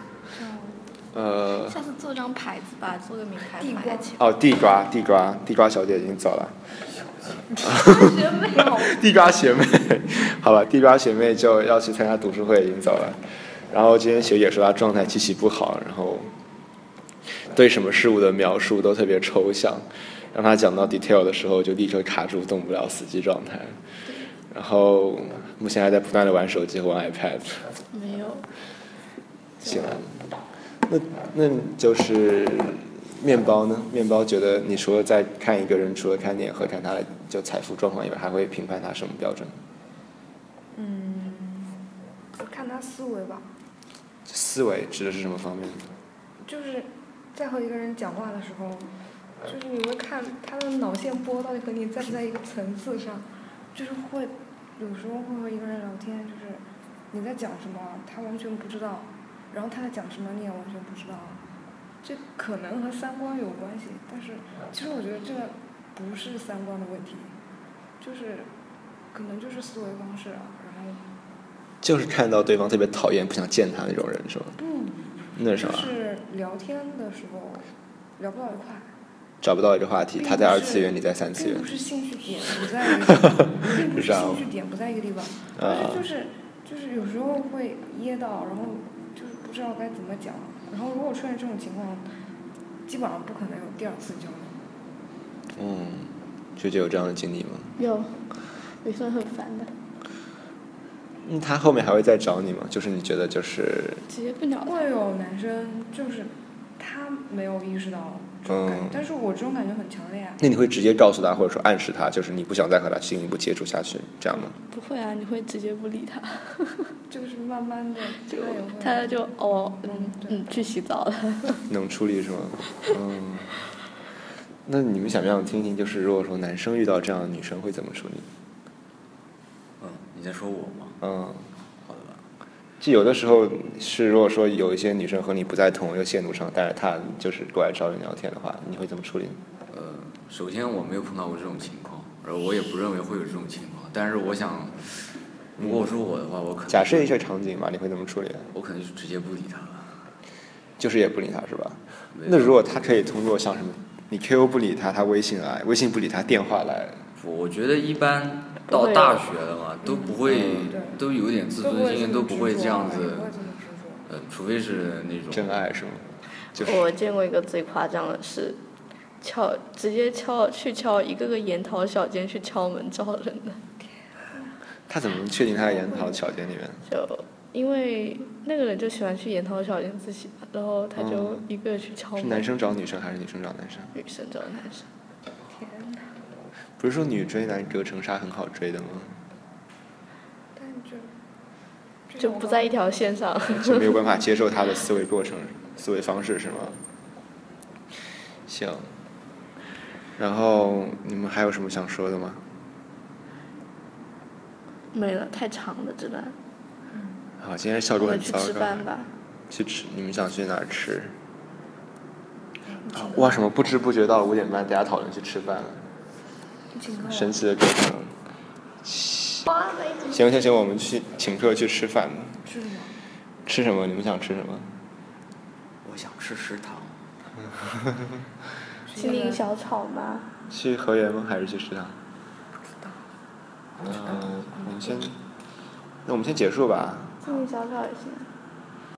呃， 下次做张牌子吧，做个名牌地瓜。 哦，地瓜，地瓜，地瓜小姐已经走了。 学妹， 地瓜学妹，好吧，地瓜学妹就要去参加读书会，已经走了。然后今天学姐说她状态极其不好，然后对什么事物的描述都特别抽象，让她讲到 detail 的时候就立刻卡住，动不了，死机状态。然后目前还在不断的玩手机和玩 iPad。 没有。 行，那那就是面包呢？面包觉得你除了在看一个人，除了看脸和看他的就财富状况以外，还会评判他什么标准？ 嗯，看他思维吧。 思维指的是什么方面？ 就是在和一个人讲话的时候，就是你会看他的脑线波到底和你在不在一个层次上，就是会有时候会和一个人聊天，就是你在讲什么，他完全不知道，然后他在讲什么你也完全不知道。这可能和三观有关系，但是其实我觉得这个不是三观的问题，就是可能就是思维方式啊，然后就是看到对方特别讨厌不想见他那种人是吗？ 不， 那是啥？ 就是聊天的时候聊不到一块， 找不到一个话题，他在二次元，你在三次元。 并不是兴趣点不在一个地方，并不是兴趣点不在一个地方，而是就是就是有时候会噎到，然后就是不知道该怎么讲。然后如果出现这种情况，基本上不可能有第二次交流。 嗯，学姐有这样的经历吗？ 有，也算很烦的。 嗯，他后面还会再找你吗？就是你觉得就是直接不鸟他。 会有男生就是他没有意识到这种感觉， 嗯， 但是我这种感觉很强烈啊。 那你会直接告诉他，或者说暗示他，就是你不想再和他进一步接触下去，这样吗？ 不会啊，你会直接不理他。 就是慢慢的， 就他就哦，嗯嗯，去洗澡了。 能处理是吗？嗯。那你们想不想听听，就是如果说男生遇到这样的女生会怎么处理？ 嗯，你在说我吗？ 嗯。 好的吧。 就有的时候是，如果说有一些女生和你不在同一个线路上，但是她就是过来找你聊天的话，你会怎么处理？ 呃，首先我没有碰到过这种情况，而我也不认为会有这种情况。但是我想，如果说我的话，我可能假设一些场景嘛，你会怎么处理？ 我可能就直接不理他了。 就是也不理他是吧？那如果他可以通过像什么，你 Q Q 不理他，他微信来，微信不理他，电话来。 我觉得一般到大学了嘛，都不会，都有点自尊心，都不会这样子。呃，除非是那种真爱是吗？就是、 我见过一个最夸张的是，敲直接敲去敲一个个研讨小间去敲门招人的。 他怎么能确定他在研讨小间里面？ 就因为那个人就喜欢去研讨小型自习，然后他就一个去敲门。 是男生找女生还是女生找男生？ 女生找男生。 天哪！ 不是说女追男隔层纱很好追的吗？ 但就就不在一条线上。 就没有办法接受他的思维过程、思维方式是吗？行。然后你们还有什么想说的吗？ 没了，太长了这段。 好，今天效果很糟糕。 去吃饭吧。 去吃，你们想去哪儿吃？哇，什么不知不觉到了五点半，大家讨论去吃饭了。神奇的过程。行行行，我们去请客去吃饭。 吃什么？ 吃什么？你们想吃什么？ 我想吃食堂。 心灵小炒吗？ 去河源吗？还是去食堂？ 不知道。 嗯、呃，我们先，那我们先结束吧。 心灵小炒也行。